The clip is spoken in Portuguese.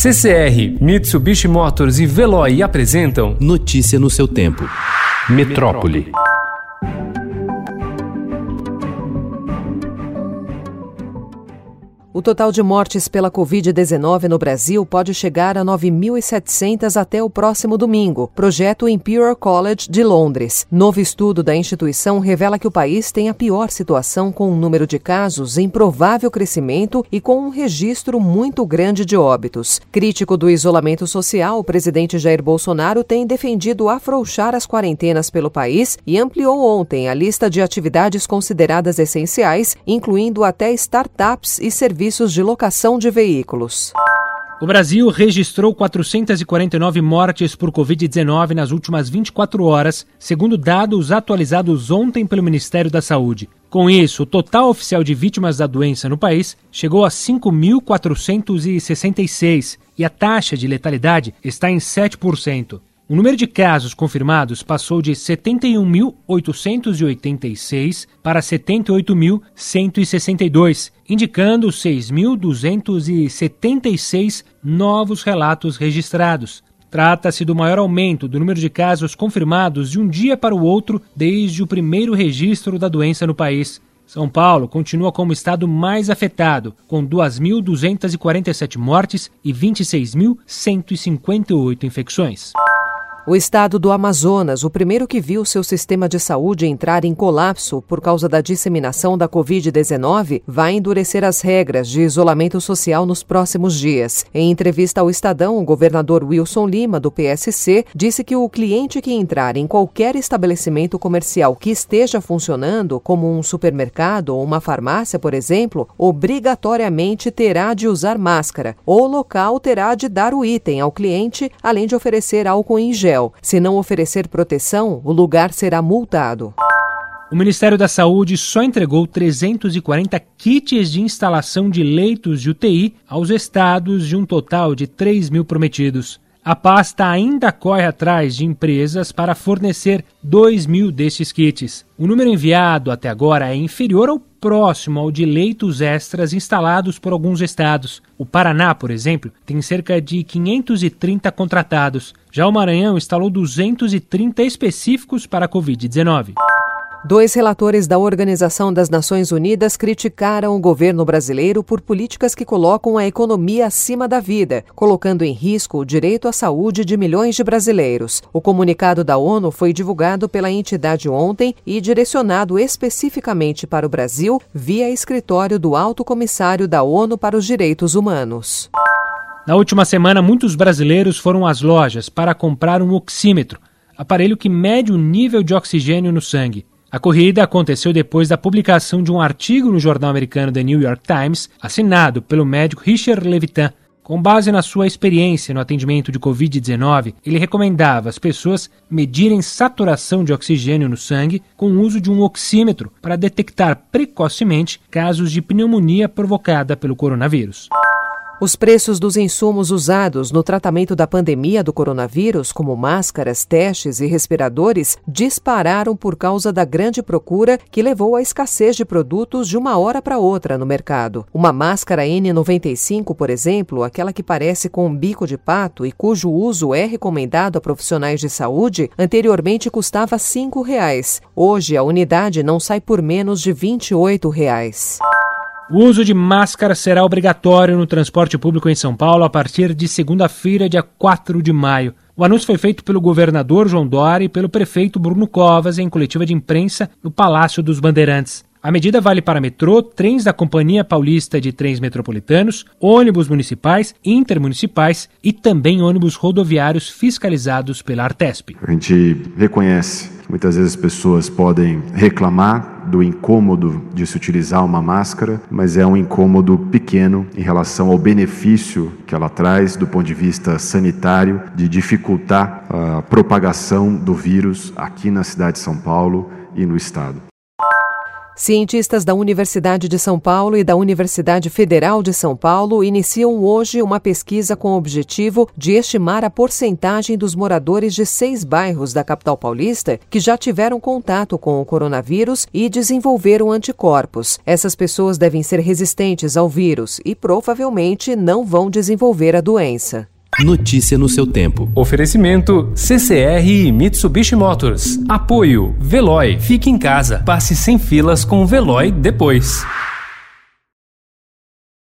CCR, Mitsubishi Motors e Veloy apresentam Notícia no seu tempo. Metrópole. O total de mortes pela Covid-19 no Brasil pode chegar a 9.700 até o próximo domingo, projeto Imperial College de Londres. Novo estudo da instituição revela que o país tem a pior situação com um número de casos em provável crescimento e com um registro muito grande de óbitos. Crítico do isolamento social, o presidente Jair Bolsonaro tem defendido afrouxar as quarentenas pelo país e ampliou ontem a lista de atividades consideradas essenciais, incluindo até startups e serviços de locação de veículos. O Brasil registrou 449 mortes por Covid-19 nas últimas 24 horas, segundo dados atualizados ontem pelo Ministério da Saúde. Com isso, o total oficial de vítimas da doença no país chegou a 5.466 e a taxa de letalidade está em 7%. O número de casos confirmados passou de 71.886 para 78.162, indicando 6.276 novos relatos registrados. Trata-se do maior aumento do número de casos confirmados de um dia para o outro desde o primeiro registro da doença no país. São Paulo continua como estado mais afetado, com 2.247 mortes e 26.158 infecções. O estado do Amazonas, o primeiro que viu seu sistema de saúde entrar em colapso por causa da disseminação da Covid-19, vai endurecer as regras de isolamento social nos próximos dias. Em entrevista ao Estadão, o governador Wilson Lima, do PSC, disse que o cliente que entrar em qualquer estabelecimento comercial que esteja funcionando, como um supermercado ou uma farmácia, por exemplo, obrigatoriamente terá de usar máscara. O local terá de dar o item ao cliente, além de oferecer álcool em gel. Se não oferecer proteção, o lugar será multado. O Ministério da Saúde só entregou 340 kits de instalação de leitos de UTI aos estados de um total de 3.000 prometidos. A pasta ainda corre atrás de empresas para fornecer 2.000 destes kits. O número enviado até agora é inferior ao próximo ao de leitos extras instalados por alguns estados. O Paraná, por exemplo, tem cerca de 530 contratados. Já o Maranhão instalou 230 específicos para a Covid-19. 2 relatores da Organização das Nações Unidas criticaram o governo brasileiro por políticas que colocam a economia acima da vida, colocando em risco o direito à saúde de milhões de brasileiros. O comunicado da ONU foi divulgado pela entidade ontem e direcionado especificamente para o Brasil via escritório do Alto Comissário da ONU para os Direitos Humanos. Na última semana, muitos brasileiros foram às lojas para comprar um oxímetro, aparelho que mede o nível de oxigênio no sangue. A corrida aconteceu depois da publicação de um artigo no jornal americano The New York Times, assinado pelo médico Richard Levitan. Com base na sua experiência no atendimento de Covid-19, ele recomendava às pessoas medirem saturação de oxigênio no sangue com o uso de um oxímetro para detectar precocemente casos de pneumonia provocada pelo coronavírus. Os preços dos insumos usados no tratamento da pandemia do coronavírus, como máscaras, testes e respiradores, dispararam por causa da grande procura que levou à escassez de produtos de uma hora para outra no mercado. Uma máscara N95, por exemplo, aquela que parece com um bico de pato e cujo uso é recomendado a profissionais de saúde, anteriormente custava R$ 5. Hoje, a unidade não sai por menos de R$ 28. O uso de máscara será obrigatório no transporte público em São Paulo a partir de segunda-feira, dia 4 de maio. O anúncio foi feito pelo governador João Dória e pelo prefeito Bruno Covas em coletiva de imprensa no Palácio dos Bandeirantes. A medida vale para metrô, trens da Companhia Paulista de Trens Metropolitanos, ônibus municipais, intermunicipais e também ônibus rodoviários fiscalizados pela Artesp. A gente reconhece que muitas vezes as pessoas podem reclamar do incômodo de se utilizar uma máscara, mas é um incômodo pequeno em relação ao benefício que ela traz do ponto de vista sanitário, de dificultar a propagação do vírus aqui na cidade de São Paulo e no estado. Cientistas da Universidade de São Paulo e da Universidade Federal de São Paulo iniciam hoje uma pesquisa com o objetivo de estimar a porcentagem dos moradores de 6 bairros da capital paulista que já tiveram contato com o coronavírus e desenvolveram anticorpos. Essas pessoas devem ser resistentes ao vírus e provavelmente não vão desenvolver a doença. Notícia no seu tempo. Oferecimento CCR e Mitsubishi Motors. Apoio Veloy. Fique em casa. Passe sem filas com o Veloy depois.